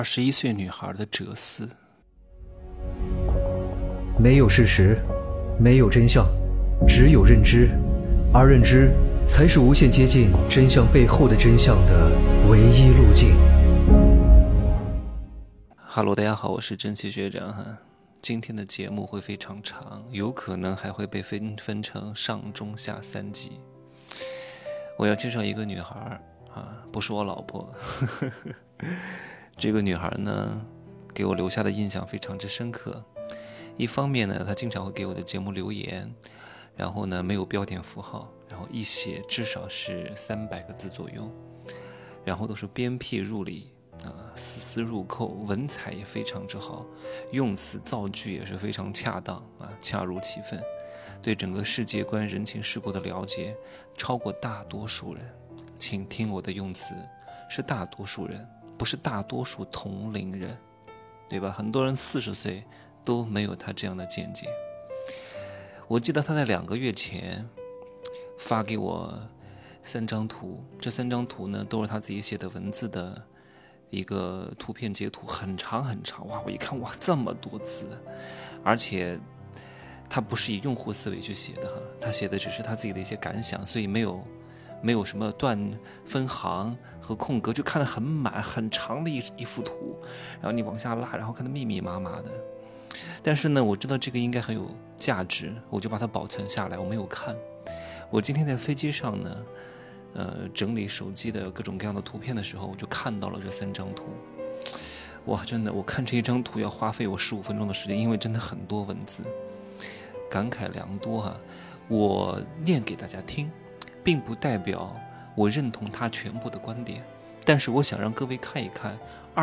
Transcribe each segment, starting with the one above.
21岁女孩的哲思。 没有事实，没有真相，只有认知，而认知才是无限接近真相背后的真相的唯一路径。 Hello， 大家好，我是珍惜学长哈。今天的节目会非常长，有可能还会被分成上中下3集。我要介绍一个女孩啊，不是我老婆。这个女孩呢，给我留下的印象非常之深刻。一方面呢，她经常会给我的节目留言，然后呢没有标点符号，然后一写至少是300个字左右，然后都是鞭辟入里丝丝入扣，文采也非常之好，用词造句也是非常恰当恰如其分，对整个世界观人情世故的了解超过大多数人。请听我的用词，是大多数人，不是大多数同龄人，对吧？很多人40岁都没有他这样的见解。我记得他在2个月前发给我3张图，这3张图呢都是他自己写的文字的一个图片截图，很长很长，哇！我一看，哇，这么多字，而且他不是以用户思维去写的哈，他写的只是他自己的一些感想，所以没有什么断分行和空格，就看得很满很长的一幅图，然后你往下拉，然后看得密密麻麻的。但是呢，我知道这个应该很有价值，我就把它保存下来，我没有看。我今天在飞机上呢整理手机的各种各样的图片的时候，我就看到了这3张图。哇，真的，我看这一张图要花费我15分钟的时间，因为真的很多文字，感慨良多哈。我念给大家听，并不代表我认同他全部的观点，但是我想让各位看一看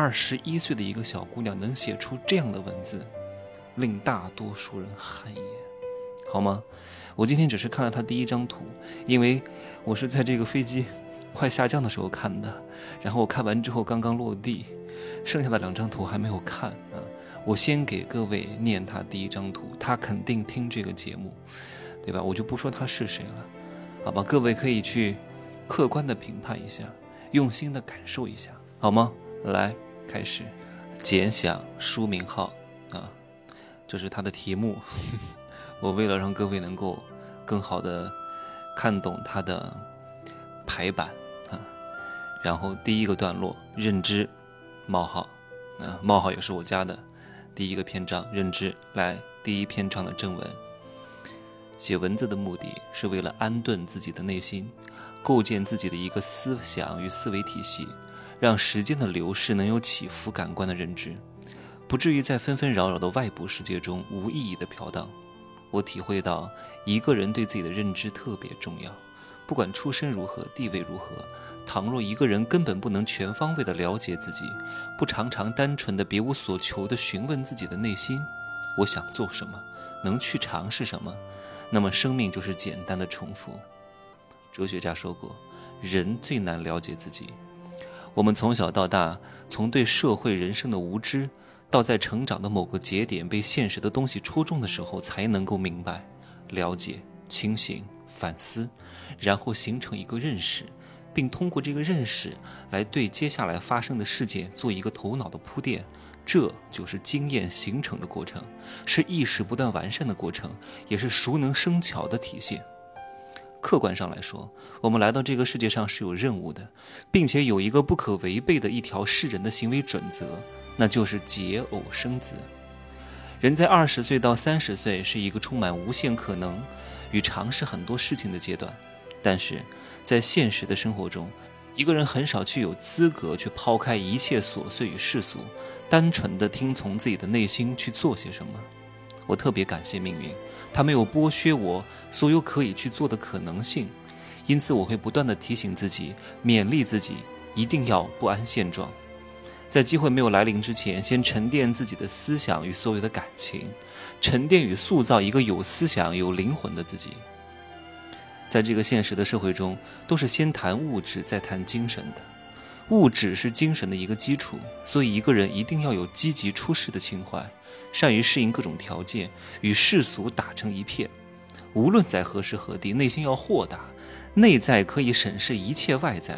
21岁的一个小姑娘能写出这样的文字，令大多数人汗颜，好吗？我今天只是看了她第1张图，因为我是在这个飞机快下降的时候看的，然后我看完之后刚刚落地，剩下的2张图还没有看我先给各位念她第1张图，她肯定听这个节目，对吧？我就不说她是谁了，好吧？各位可以去客观的评判一下，用心的感受一下，好吗？来，开始。简想书名号这是它的题目。我为了让各位能够更好的看懂它的排版然后第1个段落，认知冒号冒号也是我加的，第1个篇章认知。来，第1篇章的正文。写文字的目的是为了安顿自己的内心，构建自己的一个思想与思维体系，让时间的流逝能有起伏感官的认知，不至于在纷纷扰扰的外部世界中无意义的飘荡。我体会到一个人对自己的认知特别重要，不管出身如何，地位如何，倘若一个人根本不能全方位的了解自己，不常常单纯的别无所求的询问自己的内心，我想做什么，能去尝试什么，那么生命就是简单的重复。哲学家说过，人最难了解自己。我们从小到大，从对社会人生的无知，到在成长的某个节点被现实的东西戳中的时候，才能够明白、了解、清醒、反思，然后形成一个认识，并通过这个认识来对接下来发生的事件做一个头脑的铺垫。这就是经验形成的过程，是意识不断完善的过程，也是熟能生巧的体现。客观上来说，我们来到这个世界上是有任务的，并且有一个不可违背的一条世人的行为准则，那就是结偶生子。人在20岁到30岁是一个充满无限可能与尝试很多事情的阶段，但是在现实的生活中，一个人很少具有资格去抛开一切琐碎与世俗，单纯的听从自己的内心去做些什么。我特别感谢命运，它没有剥削我所有可以去做的可能性，因此我会不断的提醒自己，勉励自己，一定要不安现状。在机会没有来临之前，先沉淀自己的思想与所有的感情，沉淀与塑造一个有思想有灵魂的自己。在这个现实的社会中，都是先谈物质再谈精神的，物质是精神的一个基础，所以一个人一定要有积极出世的情怀，善于适应各种条件，与世俗打成一片。无论在何时何地，内心要豁达，内在可以审视一切外在，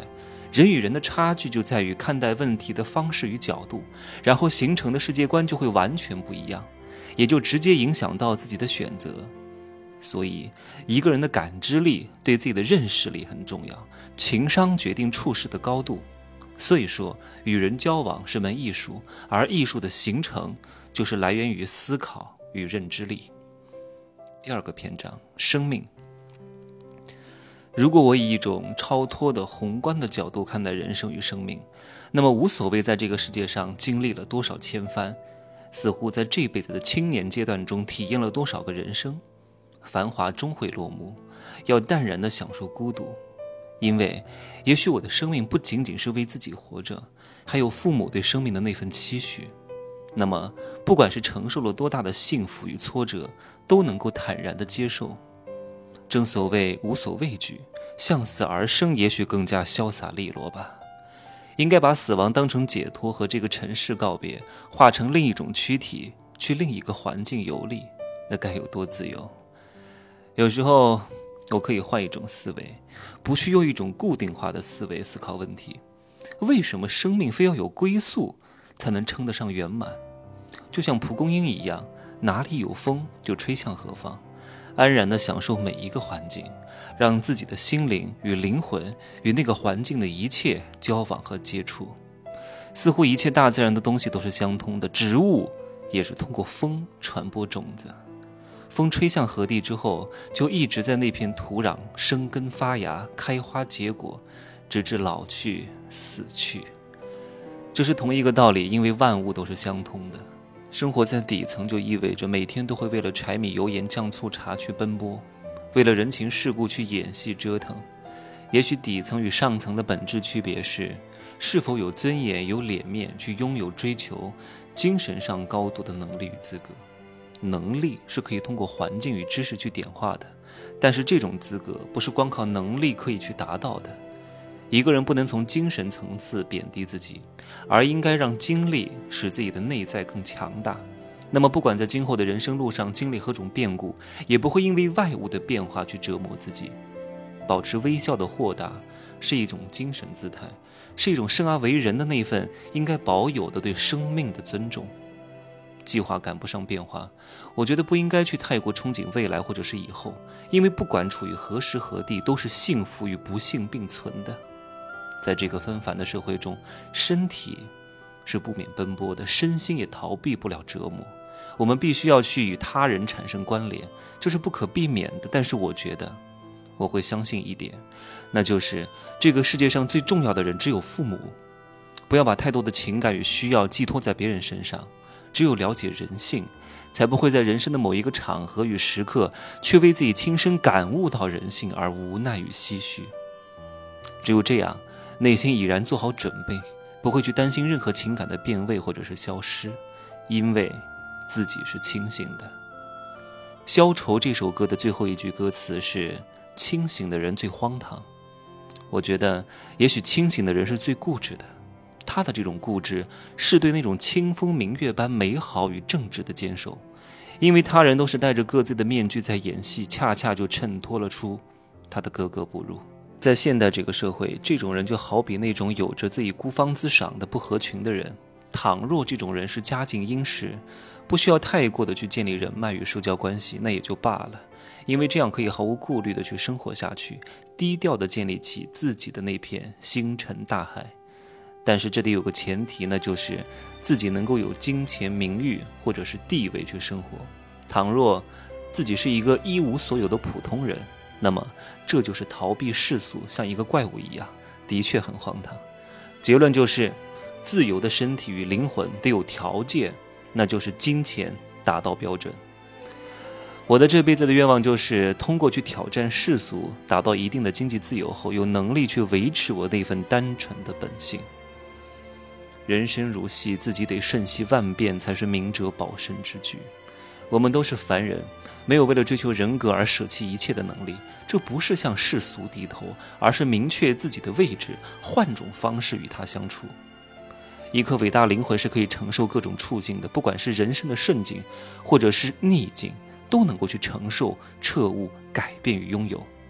人与人的差距就在于看待问题的方式与角度，然后形成的世界观就会完全不一样，也就直接影响到自己的选择。所以一个人的感知力对自己的认识力很重要，情商决定处事的高度。所以说与人交往是门艺术，而艺术的形成就是来源于思考与认知力。第2个篇章，生命。如果我以一种超脱的宏观的角度看待人生与生命，那么无所谓在这个世界上经历了多少千帆，似乎在这辈子的青年阶段中体验了多少个人生，繁华终会落幕，要淡然地享受孤独。因为也许我的生命不仅仅是为自己活着，还有父母对生命的那份期许。那么不管是承受了多大的幸福与挫折，都能够坦然地接受。正所谓无所畏惧，向死而生也许更加潇洒利落吧。应该把死亡当成解脱，和这个尘世告别，化成另一种躯体，去另一个环境游历，那该有多自由。有时候我可以换一种思维，不去用一种固定化的思维思考问题。为什么生命非要有归宿才能称得上圆满？就像蒲公英一样，哪里有风就吹向何方，安然地享受每一个环境，让自己的心灵与灵魂与那个环境的一切交往和接触。似乎一切大自然的东西都是相通的，植物也是通过风传播种子，风吹向何地之后，就一直在那片土壤生根发芽，开花结果，直至老去死去。这是同一个道理，因为万物都是相通的。生活在底层就意味着每天都会为了柴米油盐酱醋茶去奔波，为了人情世故去演戏折腾。也许底层与上层的本质区别是否有尊严有脸面去拥有追求精神上高度的能力与资格。能力是可以通过环境与知识去点化的，但是这种资格不是光靠能力可以去达到的。一个人不能从精神层次贬低自己，而应该让经历使自己的内在更强大。那么不管在今后的人生路上经历何种变故，也不会因为外物的变化去折磨自己。保持微笑的豁达是一种精神姿态，是一种生而为人的那份应该保有的对生命的尊重。计划赶不上变化，我觉得不应该去太过憧憬未来或者是以后，因为不管处于何时何地，都是幸福与不幸并存的。在这个纷繁的社会中，身体是不免奔波的，身心也逃避不了折磨。我们必须要去与他人产生关联，这是不可避免的。但是我觉得我会相信一点，那就是这个世界上最重要的人只有父母。不要把太多的情感与需要寄托在别人身上，只有了解人性，才不会在人生的某一个场合与时刻，却为自己亲身感悟到人性而无奈与唏嘘。只有这样，内心已然做好准备，不会去担心任何情感的变味或者是消失，因为自己是清醒的。消愁这首歌的最后一句歌词是清醒的人最荒唐。我觉得也许清醒的人是最固执的，他的这种固执是对那种清风明月般美好与正直的坚守，因为他人都是戴着各自的面具在演戏，恰恰就衬托了出他的格格不入。在现代这个社会，这种人就好比那种有着自己孤芳自赏的不合群的人。倘若这种人是家境殷实，不需要太过的去建立人脉与社交关系，那也就罢了，因为这样可以毫无顾虑的去生活下去，低调的建立起自己的那片星辰大海。但是这得有个前提，那就是自己能够有金钱名誉或者是地位去生活。倘若自己是一个一无所有的普通人，那么这就是逃避世俗，像一个怪物一样，的确很荒唐。结论就是自由的身体与灵魂得有条件，那就是金钱达到标准。我的这辈子的愿望就是通过去挑战世俗，达到一定的经济自由后，有能力去维持我那份单纯的本性。人生如戏，自己得瞬息万变，才是明哲保身之举。我们都是凡人，没有为了追求人格而舍弃一切的能力，这不是向世俗低头，而是明确自己的位置，换种方式与他相处。一颗伟大灵魂是可以承受各种处境的，不管是人生的顺境或者是逆境，都能够去承受、彻悟、改变与拥有。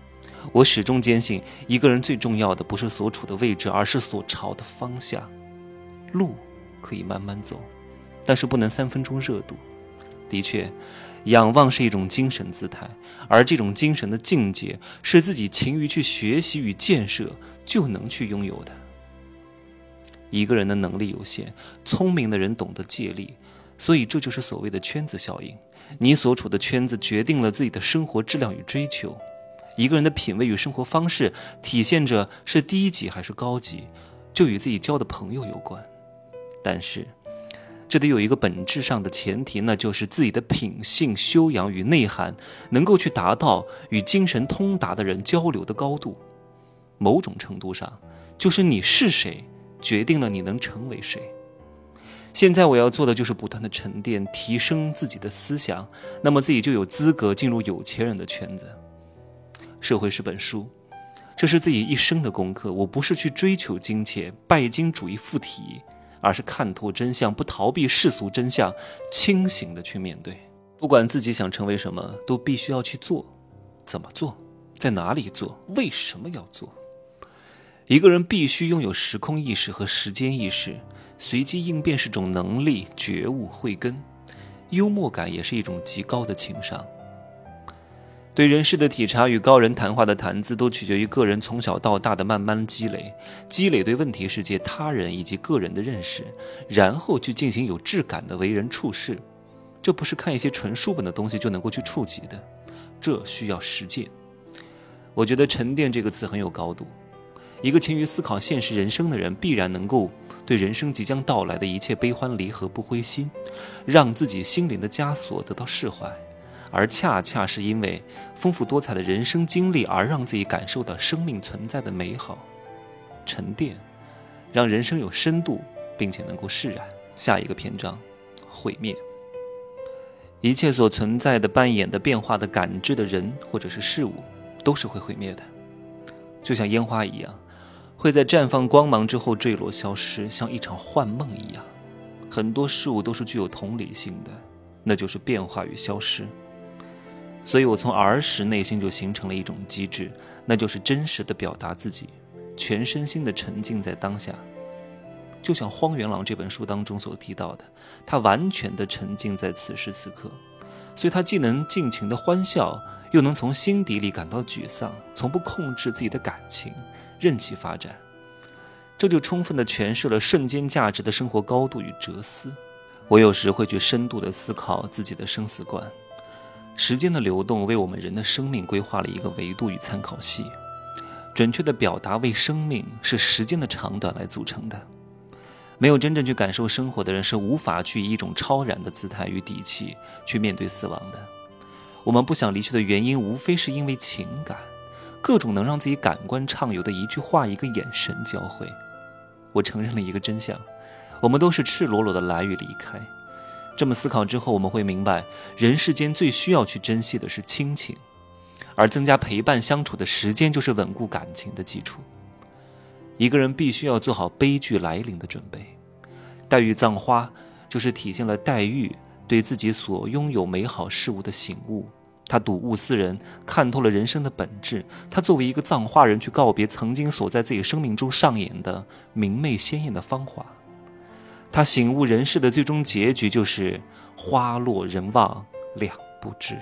我始终坚信，一个人最重要的不是所处的位置，而是所朝的方向。路可以慢慢走，但是不能3分钟热度。的确，仰望是一种精神姿态，而这种精神的境界是自己勤于去学习与建设就能去拥有的。一个人的能力有限，聪明的人懂得借力，所以这就是所谓的圈子效应。你所处的圈子决定了自己的生活质量与追求。一个人的品味与生活方式体现着是低级还是高级，就与自己交的朋友有关。但是这得有一个本质上的前提，那就是自己的品性、修养与内涵能够去达到与精神通达的人交流的高度。某种程度上，就是你是谁决定了你能成为谁。现在我要做的就是不断的沉淀，提升自己的思想，那么自己就有资格进入有钱人的圈子。社会是本书，这是自己一生的功课。我不是去追求金钱、拜金主义附体，而是看透真相，不逃避世俗真相，清醒地去面对。不管自己想成为什么，都必须要去做。怎么做？在哪里做？为什么要做？一个人必须拥有时空意识和时间意识，随机应变是种能力，觉悟、慧根。幽默感也是一种极高的情商。对人事的体察与高人谈话的谈资，都取决于个人从小到大的慢慢积累对问题世界、他人以及个人的认识，然后去进行有质感的为人处事。这不是看一些纯书本的东西就能够去触及的，这需要实践。我觉得沉淀这个词很有高度。一个勤于思考现实人生的人，必然能够对人生即将到来的一切悲欢离合不灰心，让自己心灵的枷锁得到释怀，而恰恰是因为丰富多彩的人生经历，而让自己感受到生命存在的美好。沉淀让人生有深度，并且能够释然。下一个篇章，毁灭。一切所存在的、扮演的、变化的、感知的人或者是事物，都是会毁灭的，就像烟花一样，会在绽放光芒之后坠落消失，像一场幻梦一样。很多事物都是具有同理性的，那就是变化与消失。所以我从儿时内心就形成了一种机制，那就是真实的表达自己，全身心的沉浸在当下。就像荒原狼这本书当中所提到的，他完全的沉浸在此时此刻，所以他既能尽情的欢笑，又能从心底里感到沮丧，从不控制自己的感情，任其发展。这就充分地诠释了瞬间价值的生活高度与哲思。我有时会去深度地思考自己的生死观。时间的流动为我们人的生命规划了一个维度与参考系，准确的表达为生命是时间的长短来组成的。没有真正去感受生活的人，是无法去以一种超然的姿态与底气去面对死亡的。我们不想离去的原因，无非是因为情感，各种能让自己感官畅游的一句话、一个眼神交汇。我承认了一个真相，我们都是赤裸裸的来与离开。这么思考之后，我们会明白，人世间最需要去珍惜的是亲情，而增加陪伴相处的时间，就是稳固感情的基础。一个人必须要做好悲剧来临的准备。黛玉葬花，就是体现了黛玉对自己所拥有美好事物的醒悟。她睹物思人，看透了人生的本质。她作为一个葬花人，去告别曾经所在自己生命中上演的明媚鲜艳的芳华。她醒悟人世的最终结局，就是花落人亡两不知。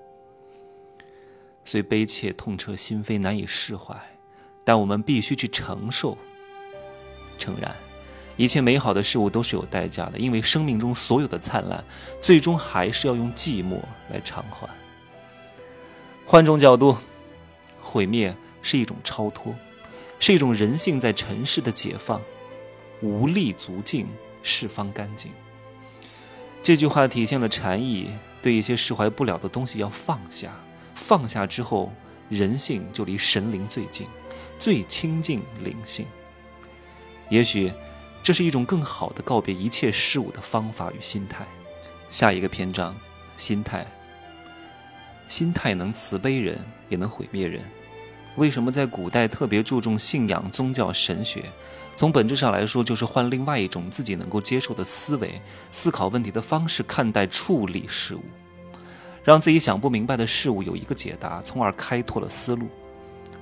虽悲切痛彻心扉，难以释怀，但我们必须去承受。诚然，一切美好的事物都是有代价的，因为生命中所有的灿烂，最终还是要用寂寞来偿还。换种角度，毁灭是一种超脱，是一种人性在尘世的解放，无力足尽，释放干净。这句话体现了禅意，对一些释怀不了的东西要放下，放下之后，人性就离神灵最近，最亲近灵性。也许这是一种更好的告别一切事物的方法与心态。下一个篇章，心态。心态能慈悲人，也能毁灭人。为什么在古代特别注重信仰、宗教、神学？从本质上来说，就是换另外一种自己能够接受的思维，思考问题的方式，看待处理事物，让自己想不明白的事物有一个解答，从而开拓了思路。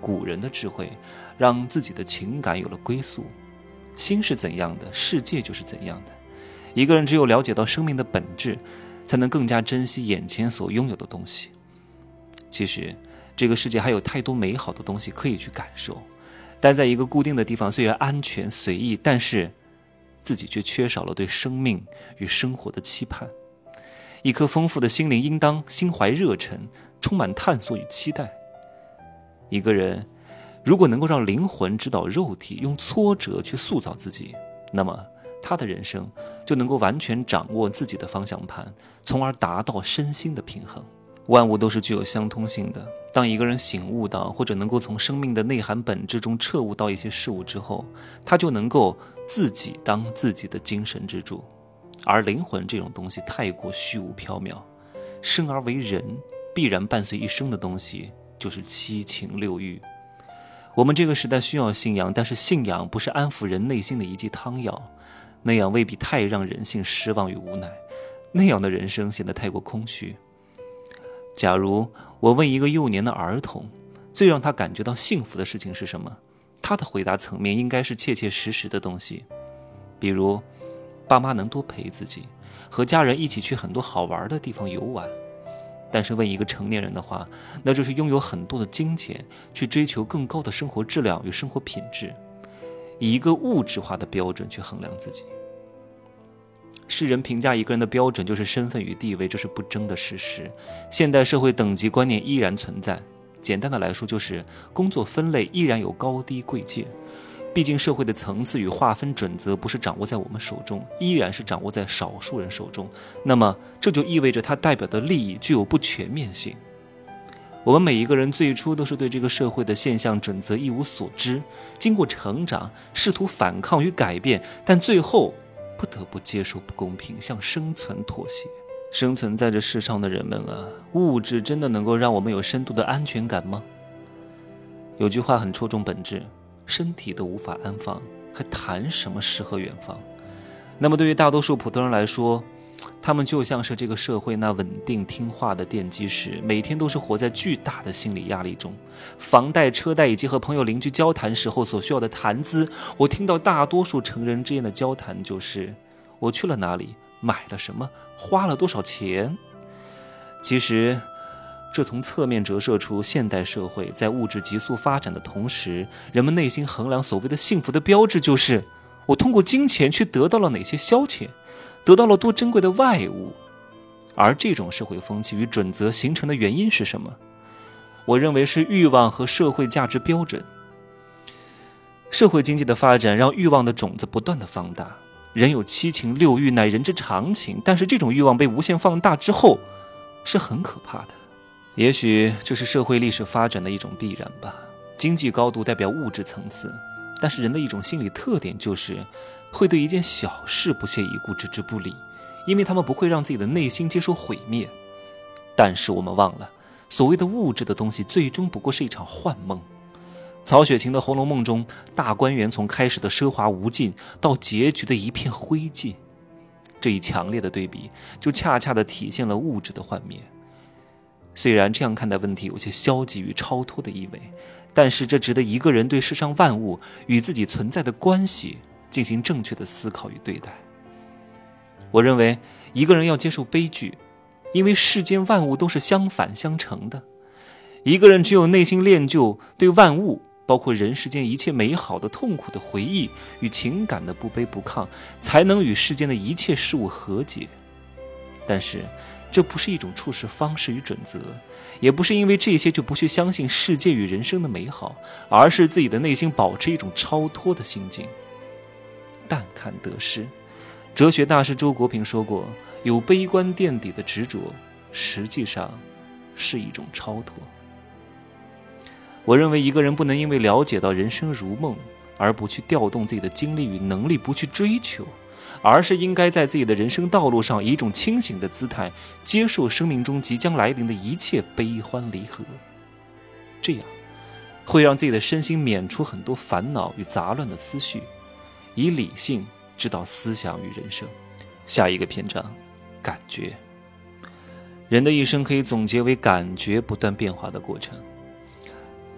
古人的智慧，让自己的情感有了归宿。心是怎样的，世界就是怎样的。一个人只有了解到生命的本质，才能更加珍惜眼前所拥有的东西。其实这个世界还有太多美好的东西可以去感受，待在一个固定的地方虽然安全随意，但是自己却缺少了对生命与生活的期盼。一颗丰富的心灵应当心怀热忱，充满探索与期待。一个人如果能够让灵魂指导肉体，用挫折去塑造自己，那么他的人生就能够完全掌握自己的方向盘，从而达到身心的平衡。万物都是具有相通性的，当一个人醒悟到，或者能够从生命的内涵本质中彻悟到一些事物之后，他就能够自己当自己的精神支柱。而灵魂这种东西太过虚无缥缈，生而为人必然伴随一生的东西就是七情六欲。我们这个时代需要信仰，但是信仰不是安抚人内心的一剂汤药，那样未必太让人性失望与无奈，那样的人生显得太过空虚。假如我问一个幼年的儿童，最让他感觉到幸福的事情是什么，他的回答层面应该是切切实实的东西，比如爸妈能多陪自己，和家人一起去很多好玩的地方游玩。但是问一个成年人的话，那就是拥有很多的金钱，去追求更高的生活质量与生活品质，以一个物质化的标准去衡量自己。世人评价一个人的标准就是身份与地位，这是不争的事实。现代社会等级观念依然存在，简单的来说就是工作分类依然有高低贵贱。毕竟社会的层次与划分准则不是掌握在我们手中，依然是掌握在少数人手中，那么这就意味着它代表的利益具有不全面性。我们每一个人最初都是对这个社会的现象准则一无所知，经过成长，试图反抗与改变，但最后不得不接受不公平，向生存妥协。生存在这世上的人们啊，物质真的能够让我们有深度的安全感吗？有句话很戳中本质，身体都无法安放，还谈什么诗和远方？那么对于大多数普通人来说，他们就像是这个社会那稳定听话的奠基石，每天都是活在巨大的心理压力中。房贷、车贷以及和朋友邻居交谈时候所需要的谈资，我听到大多数成人之间的交谈就是我去了哪里，买了什么，花了多少钱。其实这从侧面折射出现代社会在物质急速发展的同时，人们内心衡量所谓的幸福的标志就是我通过金钱去得到了哪些消遣，得到了多珍贵的外物。而这种社会风气与准则形成的原因是什么？我认为是欲望和社会价值标准。社会经济的发展让欲望的种子不断的放大，人有七情六欲乃人之常情，但是这种欲望被无限放大之后是很可怕的。也许这是社会历史发展的一种必然吧。经济高度代表物质层次，但是人的一种心理特点就是会对一件小事不屑一顾，置之不理，因为他们不会让自己的内心接受毁灭。但是我们忘了，所谓的物质的东西最终不过是一场幻梦。曹雪芹的《红楼梦》中，大观园从开始的奢华无尽到结局的一片灰烬，这一强烈的对比就恰恰地体现了物质的幻灭。虽然这样看待问题有些消极与超脱的意味，但是这值得一个人对世上万物与自己存在的关系进行正确的思考与对待。我认为一个人要接受悲剧，因为世间万物都是相反相成的。一个人只有内心练就对万物，包括人世间一切美好的痛苦的回忆与情感的不卑不亢，才能与世间的一切事物和解。但是这不是一种处事方式与准则，也不是因为这些就不去相信世界与人生的美好，而是自己的内心保持一种超脱的心境。淡看得失，哲学大师周国平说过，有悲观垫底的执着，实际上是一种超脱。我认为一个人不能因为了解到人生如梦，而不去调动自己的精力与能力，不去追求，而是应该在自己的人生道路上以一种清醒的姿态，接受生命中即将来临的一切悲欢离合。这样会让自己的身心免除很多烦恼与杂乱的思绪，以理性指导思想与人生。下一个篇章，感觉。人的一生可以总结为感觉不断变化的过程。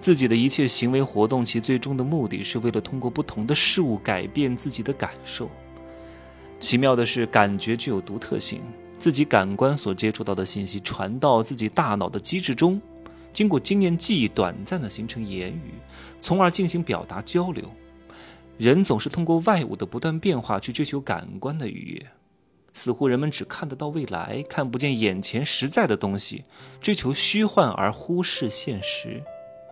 自己的一切行为活动，其最终的目的是为了通过不同的事物改变自己的感受。奇妙的是，感觉具有独特性，自己感官所接触到的信息传到自己大脑的机制中，经过经验记忆短暂的形成言语，从而进行表达交流。人总是通过外物的不断变化去追求感官的愉悦，似乎人们只看得到未来，看不见眼前实在的东西，追求虚幻而忽视现实。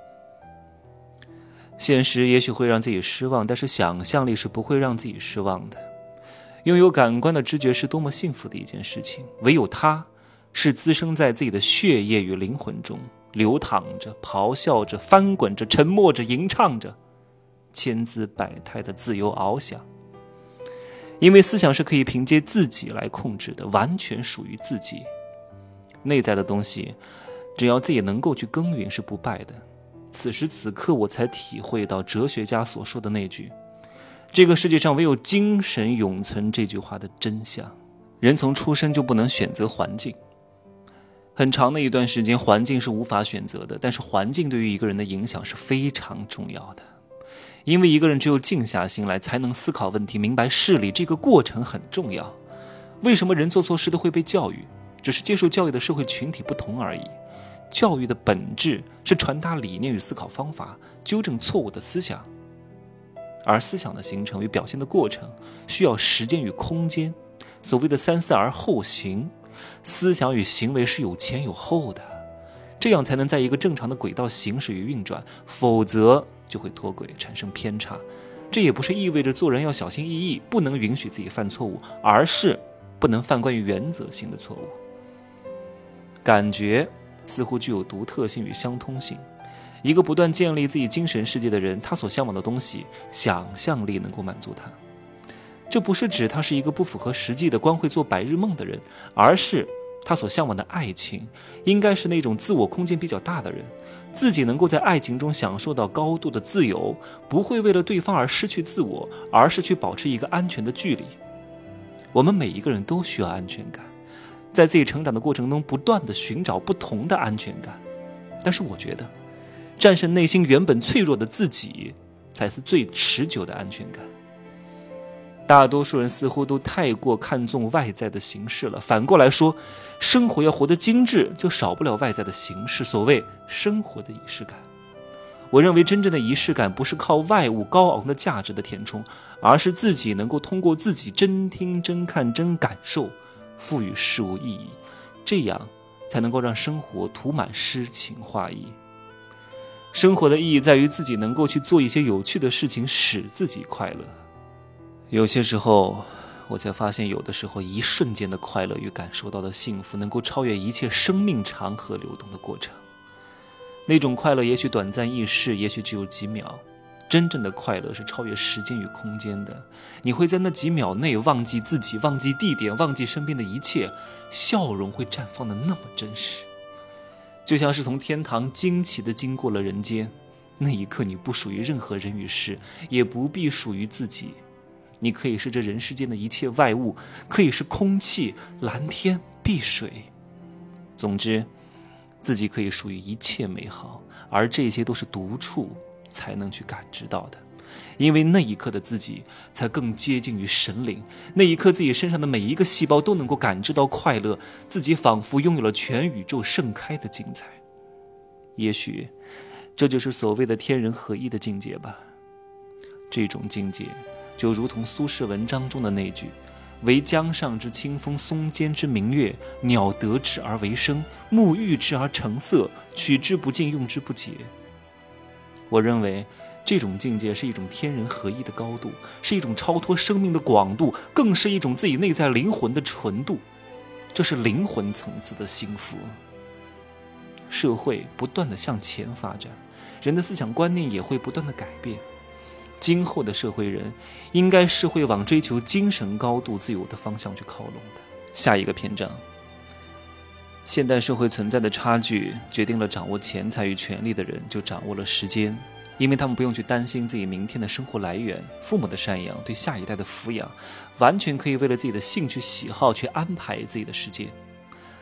现实也许会让自己失望，但是想象力是不会让自己失望的。拥有感官的知觉是多么幸福的一件事情，唯有它是滋生在自己的血液与灵魂中，流淌着，咆哮着，翻滚着，沉默着，吟唱着，千姿百态的自由翱翔。因为思想是可以凭借自己来控制的，完全属于自己。内在的东西，只要自己能够去耕耘，是不败的。此时此刻，我才体会到哲学家所说的那句这个世界上唯有精神永存这句话的真相。人从出生就不能选择环境，很长的一段时间环境是无法选择的，但是环境对于一个人的影响是非常重要的。因为一个人只有静下心来，才能思考问题，明白事理，这个过程很重要。为什么人做错事都会被教育？只是接受教育的社会群体不同而已。教育的本质是传达理念与思考方法，纠正错误的思想。而思想的形成与表现的过程需要时间与空间，所谓的三思而后行，思想与行为是有前有后的，这样才能在一个正常的轨道行驶与运转，否则就会脱轨，产生偏差。这也不是意味着做人要小心翼翼，不能允许自己犯错误，而是不能犯关于原则性的错误。感觉似乎具有独特性与相通性。一个不断建立自己精神世界的人，他所向往的东西，想象力能够满足他。这不是指他是一个不符合实际的光会做白日梦的人，而是他所向往的爱情应该是那种自我空间比较大的人，自己能够在爱情中享受到高度的自由，不会为了对方而失去自我，而是去保持一个安全的距离。我们每一个人都需要安全感，在自己成长的过程中不断地寻找不同的安全感，但是我觉得战胜内心原本脆弱的自己才是最持久的安全感。大多数人似乎都太过看重外在的形式了，反过来说，生活要活得精致，就少不了外在的形式，所谓生活的仪式感。我认为真正的仪式感不是靠外物高昂的价值的填充，而是自己能够通过自己真听真看真感受，赋予事物意义，这样才能够让生活涂满诗情画意。生活的意义在于自己能够去做一些有趣的事情，使自己快乐。有些时候我才发现，有的时候一瞬间的快乐与感受到的幸福能够超越一切生命长河流动的过程。那种快乐也许短暂易逝，也许只有几秒，真正的快乐是超越时间与空间的。你会在那几秒内忘记自己，忘记地点，忘记身边的一切，笑容会绽放的那么真实，就像是从天堂惊奇地经过了人间。那一刻你不属于任何人与事，也不必属于自己，你可以是这人世间的一切外物，可以是空气、蓝天、碧水，总之自己可以属于一切美好，而这些都是独处才能去感知到的。因为那一刻的自己才更接近于神灵，那一刻自己身上的每一个细胞都能够感知到快乐，自己仿佛拥有了全宇宙盛开的精彩。也许这就是所谓的天人合一的境界吧。这种境界就如同苏轼文章中的那句：惟江上之清风，松间之明月，鸟得之而为声，木遇之而成色，取之不尽，用之不竭。我认为这种境界是一种天人合一的高度，是一种超脱生命的广度，更是一种自己内在灵魂的纯度，这是灵魂层次的幸福。社会不断地向前发展，人的思想观念也会不断地改变，今后的社会人应该是会往追求精神高度自由的方向去靠拢的。下一个篇章，现代社会存在的差距决定了掌握钱财与权力的人就掌握了时间，因为他们不用去担心自己明天的生活来源，父母的赡养，对下一代的抚养，完全可以为了自己的兴趣喜好去安排自己的时间。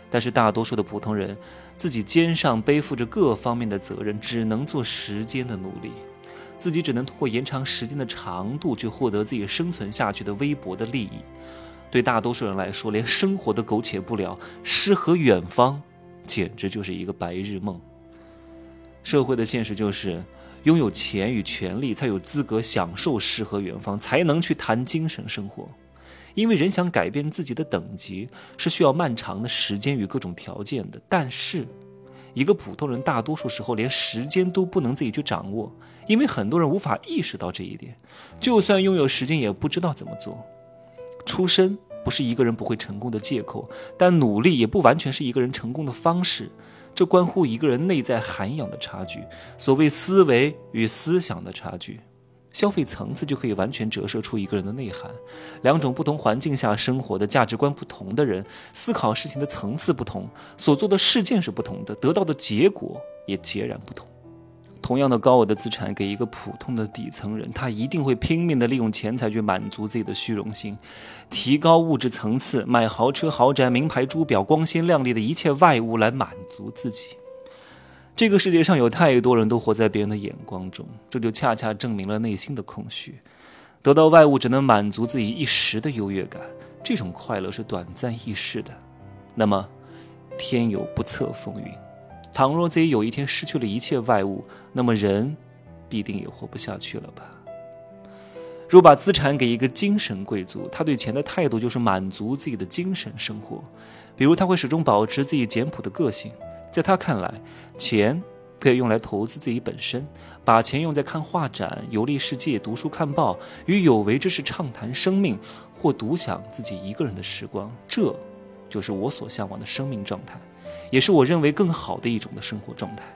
但是大多数的普通人自己肩上背负着各方面的责任，只能做时间的奴隶，自己只能通过延长时间的长度去获得自己生存下去的微薄的利益。对大多数人来说，连生活都苟且不了，诗和远方简直就是一个白日梦。社会的现实就是，拥有钱与权力才有资格享受诗和远方，才能去谈精神生活。因为人想改变自己的等级，是需要漫长的时间与各种条件的。但是一个普通人大多数时候连时间都不能自己去掌握，因为很多人无法意识到这一点，就算拥有时间也不知道怎么做。出身不是一个人不会成功的借口，但努力也不完全是一个人成功的方式，这关乎一个人内在涵养的差距，所谓思维与思想的差距。消费层次就可以完全折射出一个人的内涵。两种不同环境下生活的价值观不同的人，思考事情的层次不同，所做的事件是不同的，得到的结果也截然不同。同样的高额的资产给一个普通的底层人，他一定会拼命的利用钱财去满足自己的虚荣心，提高物质层次，买豪车豪宅、名牌珠表、光鲜亮丽的一切外物来满足自己。这个世界上有太多人都活在别人的眼光中，这就恰恰证明了内心的空虚。得到外物只能满足自己一时的优越感，这种快乐是短暂易逝的。那么天有不测风云，倘若自己有一天失去了一切外物，那么人必定也活不下去了吧。若把资产给一个精神贵族，他对钱的态度就是满足自己的精神生活。比如他会始终保持自己简朴的个性，在他看来，钱可以用来投资自己本身，把钱用在看画展、游历世界、读书看报，与有为之士畅谈生命，或独享自己一个人的时光。这就是我所向往的生命状态，也是我认为更好的一种的生活状态。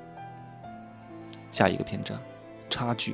下一个篇章，差距。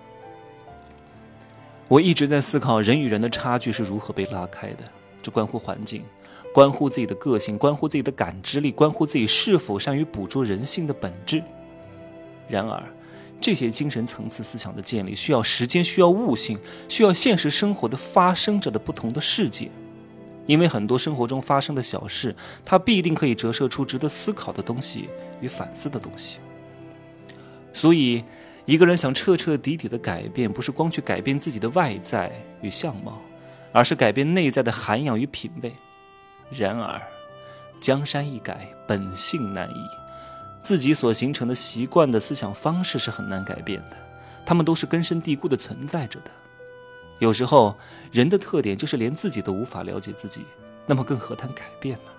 我一直在思考人与人的差距是如何被拉开的，这关乎环境，关乎自己的个性，关乎自己的感知力，关乎自己是否善于捕捉人性的本质。然而这些精神层次思想的建立需要时间，需要悟性，需要现实生活的发生着的不同的世界。因为很多生活中发生的小事，它必定可以折射出值得思考的东西与反思的东西。所以一个人想彻彻底底的改变，不是光去改变自己的外在与相貌，而是改变内在的涵养与品味。然而江山易改，本性难移，自己所形成的习惯的思想方式是很难改变的，它们都是根深蒂固的存在着的。有时候人的特点就是连自己都无法了解自己，那么更何谈改变呢？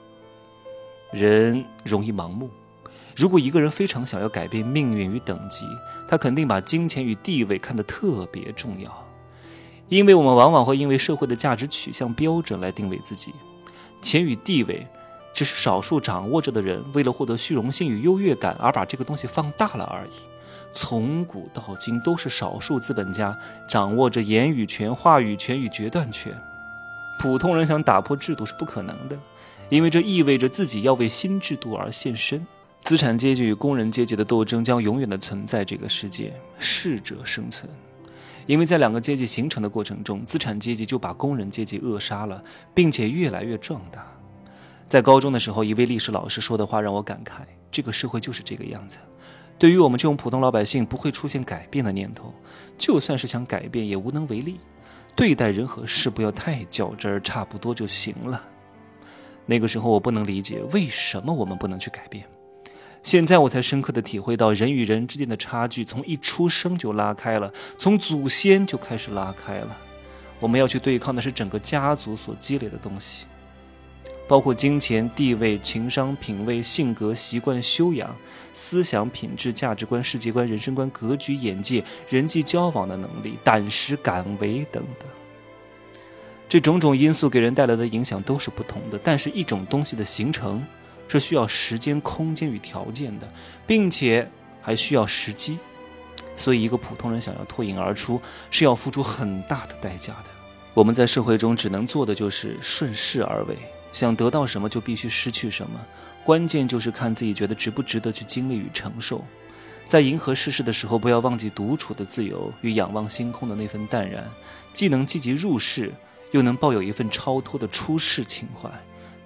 人容易盲目，如果一个人非常想要改变命运与等级，他肯定把金钱与地位看得特别重要。因为我们往往会因为社会的价值取向标准来定位自己，钱与地位只是少数掌握着的人为了获得虚荣心与优越感而把这个东西放大了而已。从古到今都是少数资本家掌握着言语权、话语权与决断权，普通人想打破制度是不可能的，因为这意味着自己要为新制度而献身。资产阶级与工人阶级的斗争将永远的存在这个世界，适者生存。因为在两个阶级形成的过程中，资产阶级就把工人阶级扼杀了，并且越来越壮大。在高中的时候，一位历史老师说的话让我感慨，这个社会就是这个样子。对于我们这种普通老百姓，不会出现改变的念头，就算是想改变也无能为力。对待人和事不要太较真儿，差不多就行了。那个时候我不能理解为什么我们不能去改变，现在我才深刻地体会到人与人之间的差距从一出生就拉开了，从祖先就开始拉开了。我们要去对抗的是整个家族所积累的东西，包括金钱、地位、情商、品味、性格、习惯、修养、思想品质、价值观、世界观、人生观、格局、眼界、人际交往的能力、胆识、敢为等等。这种种因素给人带来的影响都是不同的，但是一种东西的形成是需要时间、空间与条件的，并且还需要时机。所以一个普通人想要脱颖而出，是要付出很大的代价的。我们在社会中只能做的就是顺势而为，想得到什么就必须失去什么，关键就是看自己觉得值不值得去经历与承受。在迎合世事的时候，不要忘记独处的自由与仰望星空的那份淡然，既能积极入世，又能抱有一份超脱的出世情怀，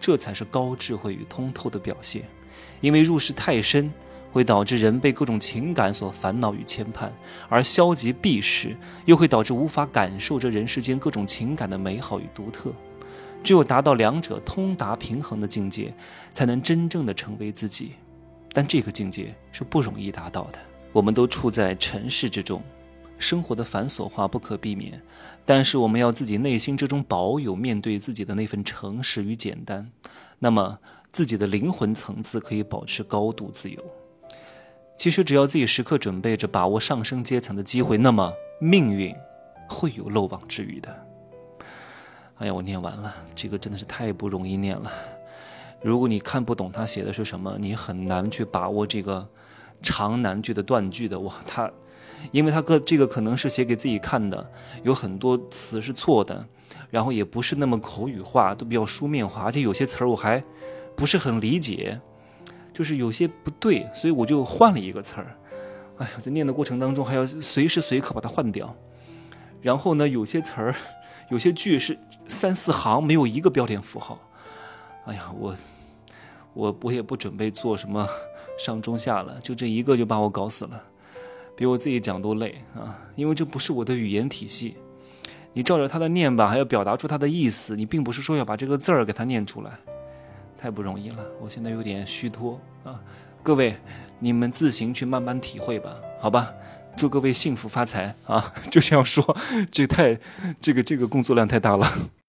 这才是高智慧与通透的表现。因为入世太深，会导致人被各种情感所烦恼与牵绊，而消极避世又会导致无法感受这人世间各种情感的美好与独特。只有达到两者通达平衡的境界，才能真正的成为自己。但这个境界是不容易达到的。我们都处在尘世之中，生活的繁琐化不可避免，但是我们要自己内心之中保有面对自己的那份诚实与简单，那么自己的灵魂层次可以保持高度自由。其实只要自己时刻准备着把握上升阶层的机会，那么命运会有漏网之鱼的。哎呀，我念完了，这个真的是太不容易念了。如果你看不懂他写的是什么，你很难去把握这个长难句的断句的。哇，因为他这个可能是写给自己看的，有很多词是错的，然后也不是那么口语化，都比较书面化，而且有些词儿我还不是很理解，就是有些不对，所以我就换了一个词儿。哎呀，在念的过程当中还要随时随刻把它换掉。然后呢，有些词儿有些句是3-4行没有一个标点符号。哎呀，我也不准备做什么上中下了，就这一个就把我搞死了，比我自己讲都累啊！因为这不是我的语言体系，你照着它的念吧，还要表达出它的意思，你并不是说要把这个字儿给它念出来，太不容易了。我现在有点虚脱啊，各位你们自行去慢慢体会吧，好吧？祝各位幸福发财啊！就这样说，这个工作量太大了。